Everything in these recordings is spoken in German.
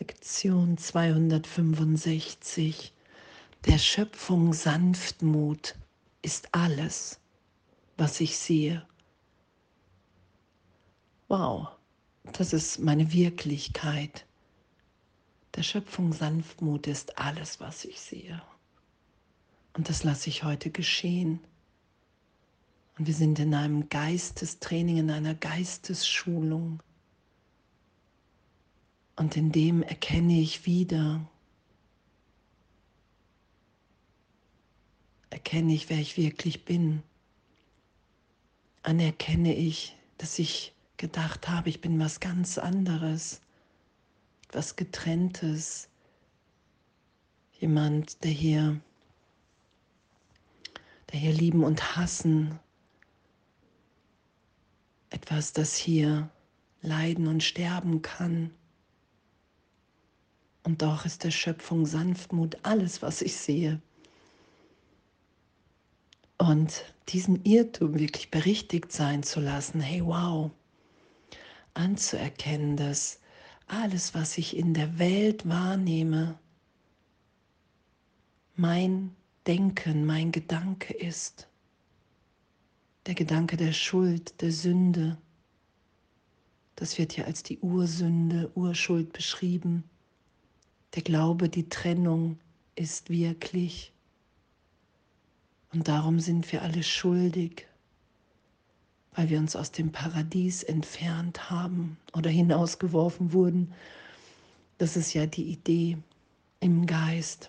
Lektion 265. Der Schöpfung Sanftmut ist alles, was ich sehe. Wow, das ist meine Wirklichkeit. Der Schöpfung Sanftmut ist alles, was ich sehe. Und das lasse ich heute geschehen. Und wir sind in einem Geistestraining, in einer Geistesschulung. Und in dem erkenne ich wieder, wer ich wirklich bin. Anerkenne ich, dass ich gedacht habe, ich bin was ganz anderes, was Getrenntes. Jemand, der hier lieben und hassen, etwas, das hier leiden und sterben kann. Und doch ist der Schöpfung Sanftmut alles, was ich sehe. Und diesen Irrtum wirklich berichtigt sein zu lassen, hey wow, anzuerkennen, dass alles, was ich in der Welt wahrnehme, mein Denken, mein Gedanke ist. Der Gedanke der Schuld, der Sünde. Das wird ja als die Ursünde, Urschuld beschrieben. Der Glaube, die Trennung ist wirklich. Und darum sind wir alle schuldig, weil wir uns aus dem Paradies entfernt haben oder hinausgeworfen wurden. Das ist ja die Idee im Geist.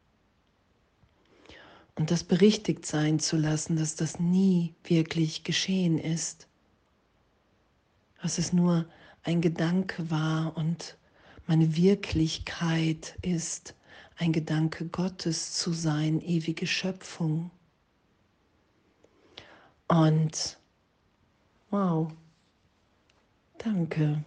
Und das berichtigt sein zu lassen, dass das nie wirklich geschehen ist. Dass es nur ein Gedanke war und meine Wirklichkeit ist, ein Gedanke Gottes zu sein, ewige Schöpfung. Und wow, danke.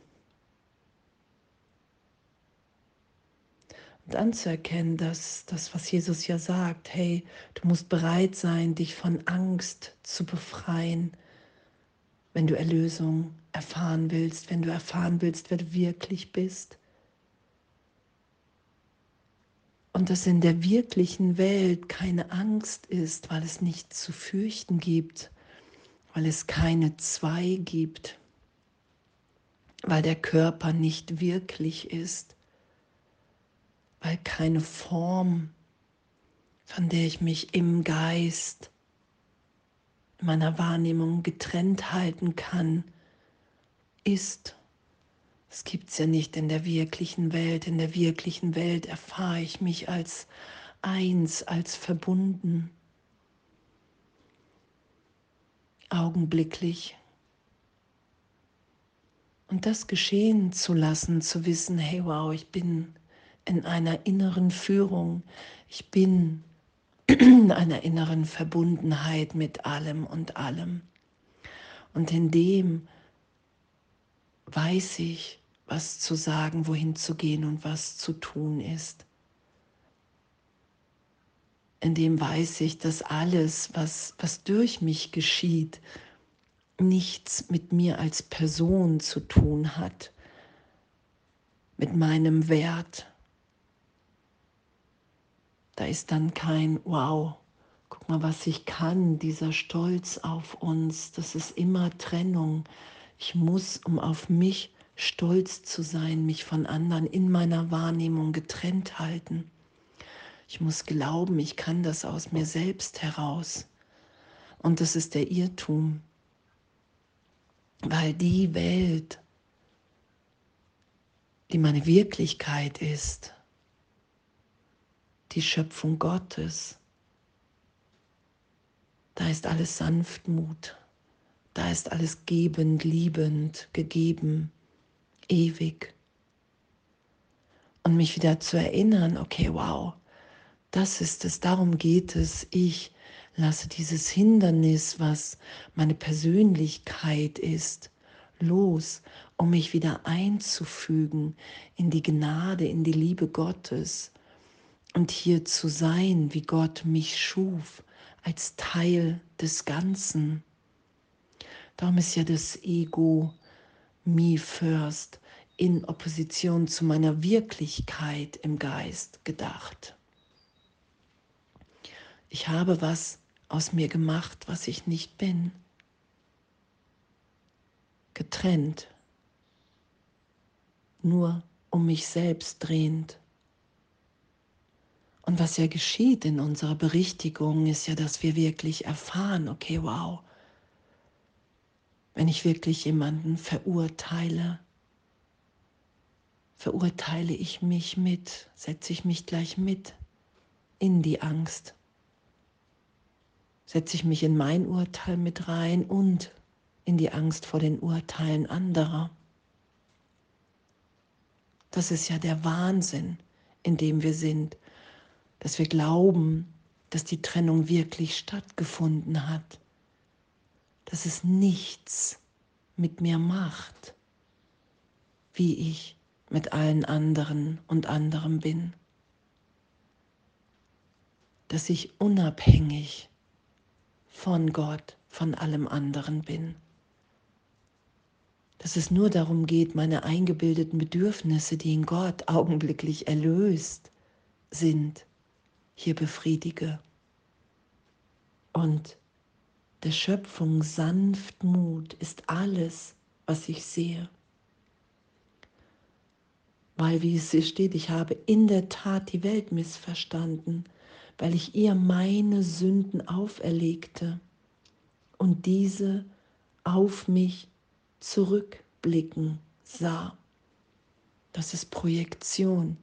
Und anzuerkennen, dass das, was Jesus ja sagt, hey, du musst bereit sein, dich von Angst zu befreien, wenn du Erlösung erfahren willst, wenn du erfahren willst, wer du wirklich bist. Und dass in der wirklichen Welt keine Angst ist, weil es nichts zu fürchten gibt, weil es keine zwei gibt, weil der Körper nicht wirklich ist, weil keine Form, von der ich mich im Geist, in meiner Wahrnehmung getrennt halten kann, ist. Das gibt es ja nicht in der wirklichen Welt. In der wirklichen Welt erfahre ich mich als eins, als verbunden, augenblicklich. Und das geschehen zu lassen, zu wissen, hey wow, ich bin in einer inneren Führung, ich bin in einer inneren Verbundenheit mit allem und allem. Und in dem weiß ich, was zu sagen, wohin zu gehen und was zu tun ist. In dem weiß ich, dass alles, was durch mich geschieht, nichts mit mir als Person zu tun hat, mit meinem Wert. Da ist dann kein Wow, guck mal, was ich kann, dieser Stolz auf uns. Das ist immer Trennung. Ich muss, um auf mich stolz zu sein, mich von anderen in meiner Wahrnehmung getrennt halten. Ich muss glauben, ich kann das aus mir selbst heraus. Und das ist der Irrtum, weil die Welt, die meine Wirklichkeit ist, die Schöpfung Gottes, da ist alles Sanftmut, da ist alles gebend, liebend, gegeben, ewig. Und mich wieder zu erinnern, okay, wow, das ist es, darum geht es. Ich lasse dieses Hindernis, was meine Persönlichkeit ist, los, um mich wieder einzufügen in die Gnade, in die Liebe Gottes und hier zu sein, wie Gott mich schuf, als Teil des Ganzen. Darum ist ja das Ego, me first. in Opposition zu meiner Wirklichkeit im Geist gedacht. Ich habe was aus mir gemacht, was ich nicht bin. Getrennt, nur um mich selbst drehend. Und was ja geschieht in unserer Berichtigung, ist ja, dass wir wirklich erfahren, okay, wow, wenn ich wirklich jemanden verurteile, verurteile ich mich mit, setze ich mich gleich mit in die Angst, setze ich mich in mein Urteil mit rein und in die Angst vor den Urteilen anderer. Das ist ja der Wahnsinn, in dem wir sind, dass wir glauben, dass die Trennung wirklich stattgefunden hat, dass es nichts mit mir macht, wie ich mit allen anderen und anderem bin, dass ich unabhängig von Gott, von allem anderen bin, dass es nur darum geht, meine eingebildeten Bedürfnisse, die in Gott augenblicklich erlöst sind, hier befriedige und der Schöpfung Sanftmut ist alles, was ich sehe. Weil, wie es hier steht, ich habe in der Tat die Welt missverstanden, weil ich ihr meine Sünden auferlegte und diese auf mich zurückblicken sah. Das ist Projektion.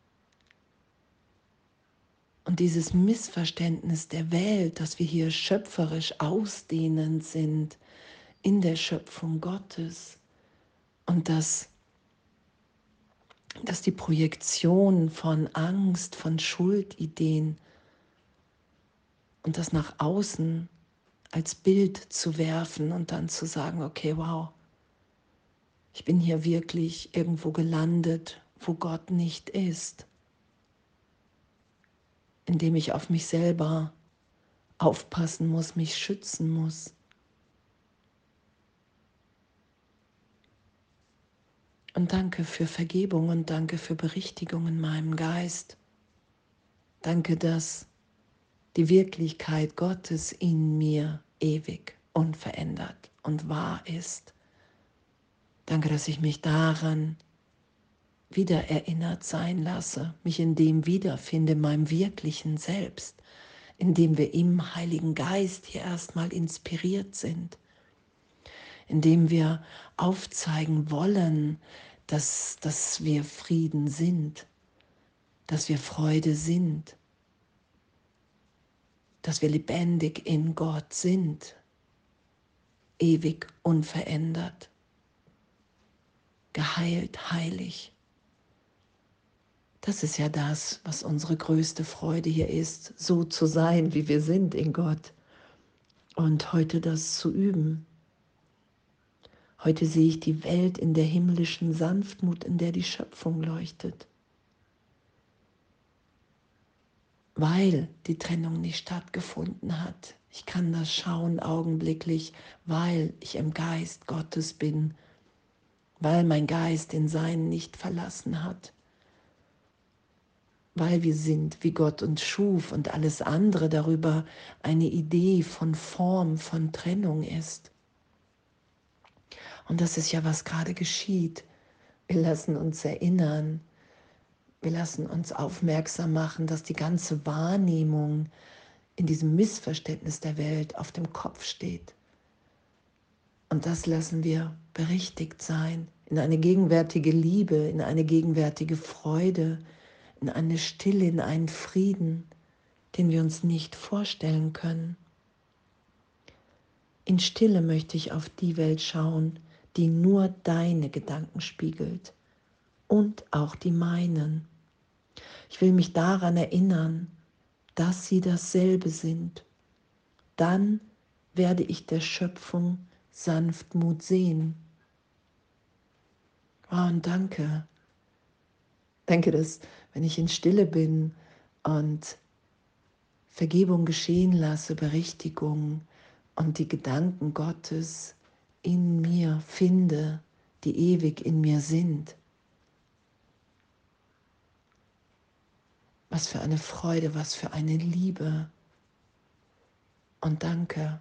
Und dieses Missverständnis der Welt, dass wir hier schöpferisch ausdehnend sind in der Schöpfung Gottes und dass die Projektion von Angst, von Schuldideen und das nach außen als Bild zu werfen und dann zu sagen, okay, wow, ich bin hier wirklich irgendwo gelandet, wo Gott nicht ist, indem ich auf mich selber aufpassen muss, mich schützen muss. Und danke für Vergebung und danke für Berichtigung in meinem Geist. Danke, dass die Wirklichkeit Gottes in mir ewig, unverändert und wahr ist. Danke, dass ich mich daran wieder erinnert sein lasse, mich in dem wiederfinde, in meinem wirklichen Selbst, in dem wir im Heiligen Geist hier erstmal inspiriert sind, in dem wir aufzeigen wollen, dass wir Frieden sind, dass wir Freude sind, dass wir lebendig in Gott sind, ewig unverändert, geheilt, heilig. Das ist ja das, was unsere größte Freude hier ist, so zu sein, wie wir sind in Gott. Und heute das zu üben. Heute sehe ich die Welt in der himmlischen Sanftmut, in der die Schöpfung leuchtet. Weil die Trennung nicht stattgefunden hat. Ich kann das schauen augenblicklich, weil ich im Geist Gottes bin, weil mein Geist den Seinen nicht verlassen hat, weil wir sind, wie Gott uns schuf und alles andere darüber eine Idee von Form, von Trennung ist. Und das ist ja, was gerade geschieht. Wir lassen uns erinnern, wir lassen uns aufmerksam machen, dass die ganze Wahrnehmung in diesem Missverständnis der Welt auf dem Kopf steht. Und das lassen wir berichtigt sein, in eine gegenwärtige Liebe, in eine gegenwärtige Freude, in eine Stille, in einen Frieden, den wir uns nicht vorstellen können. In Stille möchte ich auf die Welt schauen, die nur deine Gedanken spiegelt und auch die meinen. Ich will mich daran erinnern, dass sie dasselbe sind. Dann werde ich der Schöpfung Sanftmut sehen. Oh, und danke. Danke, dass wenn ich in Stille bin und Vergebung geschehen lasse, Berichtigung und die Gedanken Gottes in mir finde, die ewig in mir sind, Was für eine Freude, was für eine Liebe. Und danke,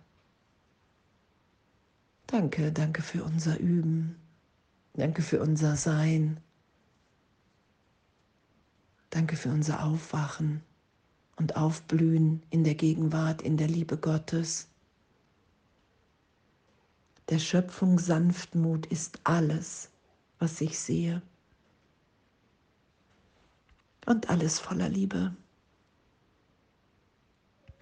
danke, danke für unser Üben. Danke für unser Sein. Danke für unser Aufwachen und Aufblühen in der Gegenwart, in der Liebe Gottes. Der Schöpfung Sanftmut ist alles, was ich sehe. Und alles voller Liebe.